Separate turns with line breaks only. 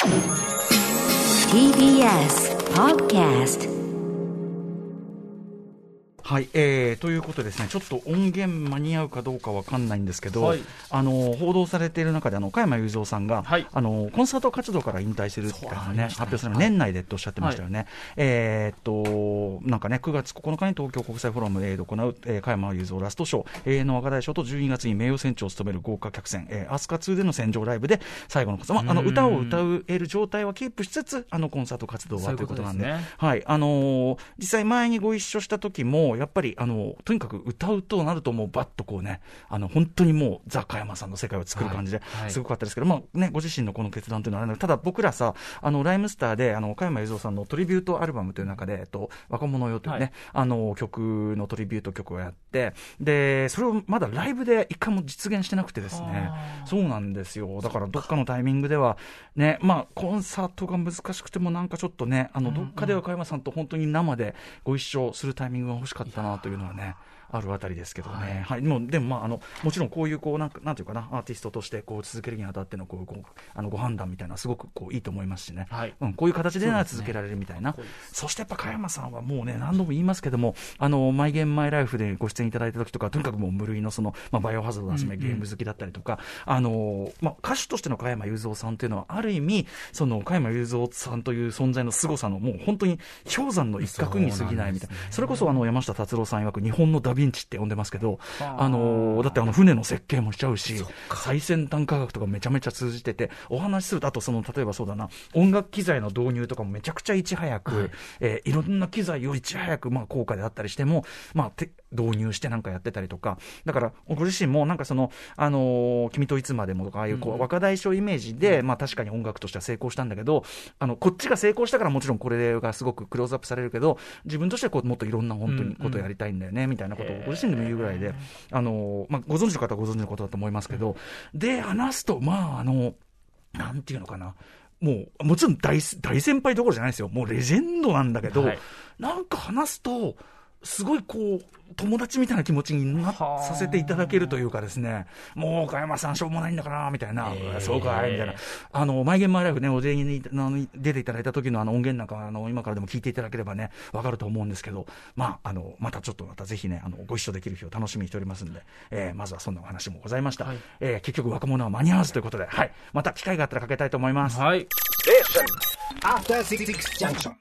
TBS Podcast。
はい、ということでですね、ちょっと音源間に合うかどうかわかんないんですけど、はい、報道されている中で加山雄三さんが、はい、コンサート活動から引退するっていうのね、発表される年内でとおっしゃってましたよね。はい、なんかね、9月9日に東京国際フォーラムで行う、加山雄三ラストショー、永遠の若大賞と12月に名誉船長を務める豪華客船、アスカ2での船上ライブで最後の歌を歌える状態はキープしつつ、コンサート活動はということなんで、はい、実際前にご一緒した時もやっぱりとにかく歌うとなるともうバッとこうね、本当にもうザ・加山さんの世界を作る感じですごかったですけど、まあね、ご自身のこの決断というのはあるので、ただ僕らさ、ライムスターで加山雄三さんのトリビュートアルバムという中で、若者よというね、曲のトリビュート曲をやって、でそれをまだライブで一回も実現してなくてですね、そうなんですよ。だからどっかのタイミングではね、まあコンサートが難しくてもなんかちょっとね、どっかでは加山さんと本当に生でご一緒するタイミングが欲しかったなというのはね、あるあたりですけどね。はい、でもまあもちろんこういうなんていうかな、アーティストとして続けるにあたってのご判断みたいなのはすごくいいと思いますしね。はい、こういう形でなら続けられるみたいな。そしてやっぱ加山さんはもうね、何度も言いますけども、マイゲームマイライフでご出演いただいた時とか、とにかくもう無類のバイオハザードをはじめゲーム好きだったりとか、歌手としての加山雄三さんというのはある意味加山雄三さんという存在の凄さのもう本当に氷山の一角に過ぎないみたいな。それこそ山下達郎さん曰く日本のダヴィンチって呼んでますけど、だって船の設計もしちゃうし、最先端科学とかめちゃめちゃ通じてて、お話しすると、あと例えばそうだな、音楽機材の導入とかもめちゃくちゃいち早く、いろんな機材をいち早く高価であったりしても導入してなんかやってたりとか、だからご自身もなんか君といつまでもとか、ああいう若大将イメージで、確かに音楽としては成功したんだけど、こっちが成功したからもちろんこれがすごくクローズアップされるけど、自分としてはもっといろんな本当にことをやりたいんだよねみたいなことをご自身でも言うぐらいで、ご存知の方はご存知のことだと思いますけど、で話すとなんていうのかな、もちろん大先輩どころじゃないですよ、もうレジェンドなんだけど、なんか話すとすごい友達みたいな気持ちにさせていただけるというかですね、もう加山さんしょうもないんだからみたいな、そうかいみたいな、マイゲームマイライフね、お出に出ていただいた時の音源なんか今からでも聞いていただければねわかると思うんですけど、またぜひねご一緒できる日を楽しみにしておりますんで、まずはそんなお話もございました。結局若者は間に合わずということで、また機会があったらかけたいと思います。